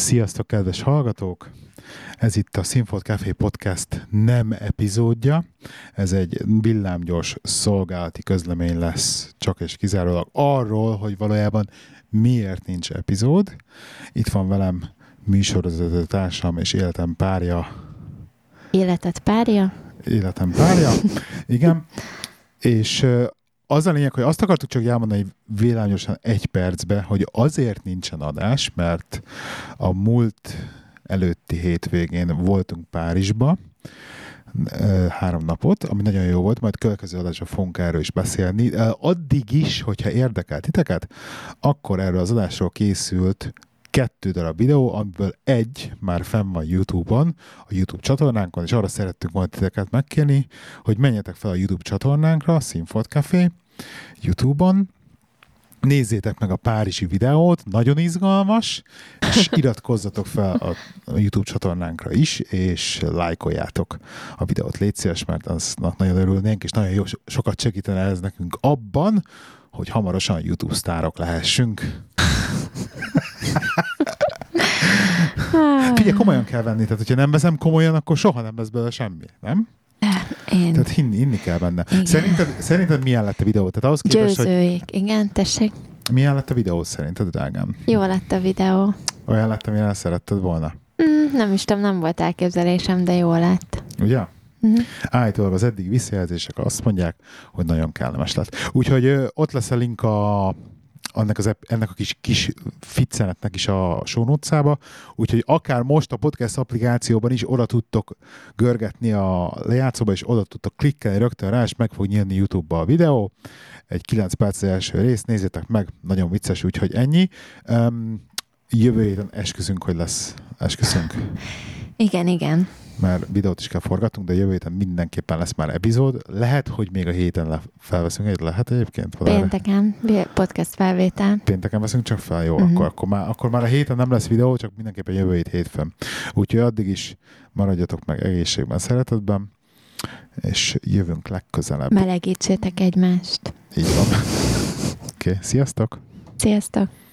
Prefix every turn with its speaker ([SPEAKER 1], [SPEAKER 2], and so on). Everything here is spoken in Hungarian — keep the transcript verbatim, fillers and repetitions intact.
[SPEAKER 1] Sziasztok, kedves hallgatók! Ez itt a Színfolt Café Podcast nem epizódja. Ez egy villámgyors szolgálati közlemény lesz, csak és kizárólag arról, hogy valójában miért nincs epizód. Itt van velem műsorvezető társam és életem párja.
[SPEAKER 2] Életed párja?
[SPEAKER 1] Életem párja, igen. És az a lényeg, hogy azt akartuk csak elmondani villámgyorsan egy percbe, hogy azért nincsen adás, mert a múlt előtti hétvégén voltunk Párizsba, három napot, ami nagyon jó volt, majd következő adásban fogunk erről is beszélni. Addig is, hogyha érdekel titeket, akkor erről az adásról készült kettő darab videó, amiből egy már fenn van YouTube-on, a YouTube csatornánkon, és arra szerettük majd titeket megkérni, hogy menjetek fel a YouTube csatornánkra, Színfolt Café, YouTube-on, nézzétek meg a párizsi videót, nagyon izgalmas, és iratkozzatok fel a YouTube csatornánkra is, és lájkoljátok a videót, légy szíves, mert aznak nagyon örülnénk, és nagyon jó, sokat segítene ez nekünk abban, hogy hamarosan YouTube sztárok lehessünk. Figyelj, komolyan kell venni, tehát hogyha nem veszem komolyan, akkor soha nem lesz belőle semmi, nem?
[SPEAKER 2] Én...
[SPEAKER 1] Tehát hinni, hinni kell benne. Szerinted, szerinted milyen lett a videó? Tehát ahhoz képest,
[SPEAKER 2] Győzőik, hogy... igen, tessék.
[SPEAKER 1] Milyen lett a videó szerinted, drágám?
[SPEAKER 2] Jó lett a videó.
[SPEAKER 1] Olyan lett, amilyen el szeretted volna?
[SPEAKER 2] Mm, nem is tudom, nem volt elképzelésem, de jó lett.
[SPEAKER 1] Ugye?
[SPEAKER 2] Uh-huh.
[SPEAKER 1] Állítólag az eddig visszajelzések azt mondják, hogy nagyon kellemes lett. Úgyhogy ö, ott lesz a link a Ennek, az, ennek a kis, kis ficcenetnek is a show notes-ába, úgyhogy akár most a podcast applikációban is oda tudtok görgetni a lejátszóba, és oda tudtok klikkelni rögtön rá, és meg fog nyílni YouTube-ba a videó. Egy kilenc perc első rész, nézzétek meg, nagyon vicces, úgyhogy ennyi. Um, jövő héten esküszünk, hogy lesz. Esküszünk.
[SPEAKER 2] Igen, igen.
[SPEAKER 1] Mert videót is kell forgatunk, de jövő héten mindenképpen lesz már epizód. Lehet, hogy még a héten le- felveszünk egy, lehet egyébként? Valára?
[SPEAKER 2] Pénteken, podcast felvétel.
[SPEAKER 1] Pénteken veszünk csak fel, jó,
[SPEAKER 2] Uh-huh.
[SPEAKER 1] akkor, akkor, már, akkor már a héten nem lesz videó, csak mindenképpen jövő hét hétfőn. Úgyhogy addig is maradjatok meg egészségben, szeretetben, és jövünk legközelebb.
[SPEAKER 2] Melegítsétek egymást.
[SPEAKER 1] Így van. Oké, okay, sziasztok!
[SPEAKER 2] Sziasztok!